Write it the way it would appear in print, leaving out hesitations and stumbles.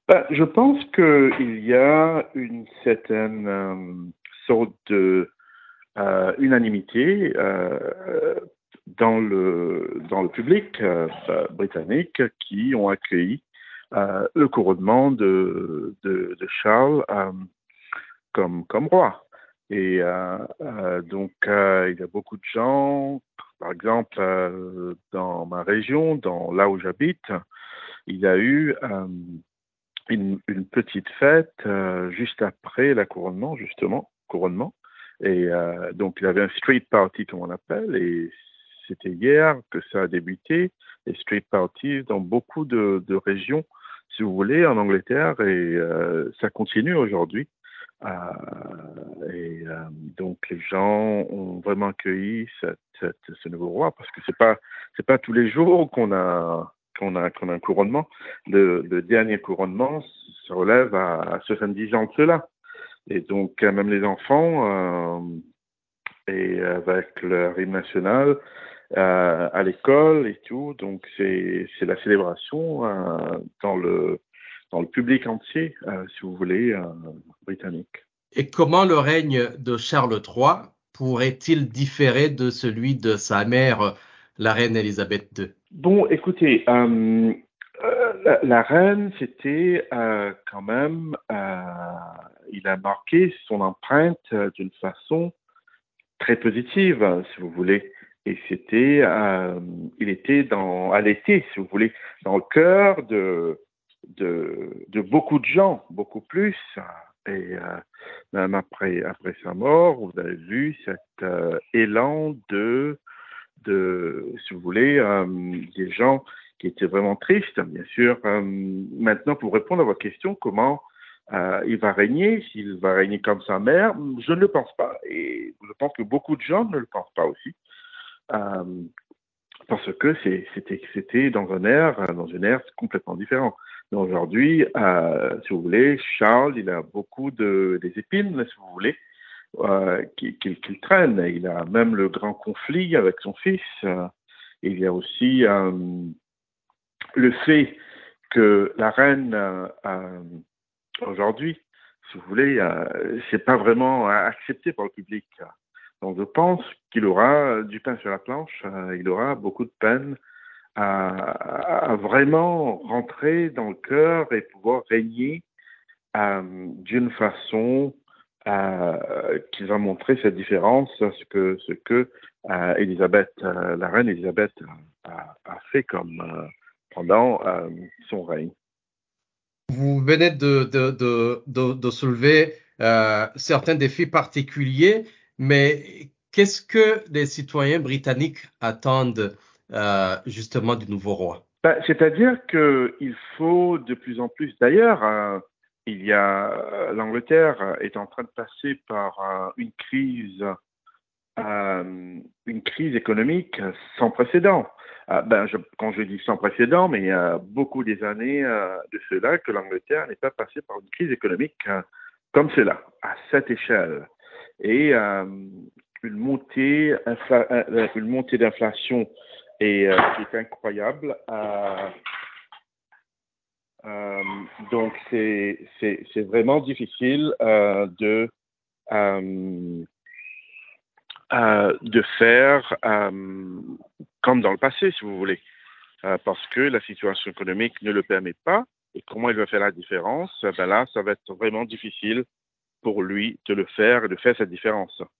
Je pense qu'il y a une certaine sorte de unanimité dans le public britannique qui ont accueilli le couronnement de Charles comme roi. Et donc, il y a beaucoup de gens, par exemple, dans ma région, là où j'habite, il y a eu une petite fête juste après le couronnement. Et donc, il y avait un street party, comme on appelle, et c'était hier que ça a débuté, les street parties dans beaucoup de régions, si vous voulez, en Angleterre, et ça continue aujourd'hui. Et donc, les gens ont vraiment accueilli ce nouveau roi, parce que c'est pas tous les jours qu'on a un couronnement. Le dernier couronnement se relève à 70 ans de cela. Et donc, même les enfants, et avec leur hymne national à l'école et tout, donc c'est la célébration dans le public entier, si vous voulez, britannique. Et comment le règne de Charles III pourrait-il différer de celui de sa mère, la reine Élisabeth II? Bon, écoutez, la reine, c'était quand même, il a marqué son empreinte d'une façon très positive, si vous voulez. Et il était elle était, si vous voulez, dans le cœur de beaucoup de gens, beaucoup plus. Et même après sa mort, vous avez vu cet élan si vous voulez, des gens qui étaient vraiment tristes, bien sûr. Maintenant, pour répondre à votre question, comment il va régner, s'il va régner comme sa mère, je ne le pense pas. Et je pense que beaucoup de gens ne le pensent pas aussi. Euh, Parce que c'était dans une ère complètement différente. Mais aujourd'hui, si vous voulez, Charles, il a beaucoup des épines, si vous voulez, qu'il traîne. Il a même le grand conflit avec son fils. Il y a aussi le fait que la reine, aujourd'hui, si vous voulez, c'est pas vraiment accepté par le public. Donc je pense qu'il aura du pain sur la planche, il aura beaucoup de peine à vraiment rentrer dans le cœur et pouvoir régner d'une façon qui va montrer cette différence, ce que la reine Élisabeth a fait pendant son règne. Vous venez de soulever certains défis particuliers, mais qu'est-ce que les citoyens britanniques attendent justement du nouveau roi? C'est-à-dire qu'il faut de plus en plus, d'ailleurs, l'Angleterre est en train de passer par une crise économique sans précédent. Quand je dis sans précédent, mais il y a beaucoup des années de cela que l'Angleterre n'est pas passée par une crise économique comme cela, à cette échelle. Et une montée d'inflation qui est incroyable. Donc, c'est vraiment difficile de faire comme dans le passé, si vous voulez, parce que la situation économique ne le permet pas. Et comment il va faire la différence? Là, ça va être vraiment difficile pour lui de le faire et de faire cette différence.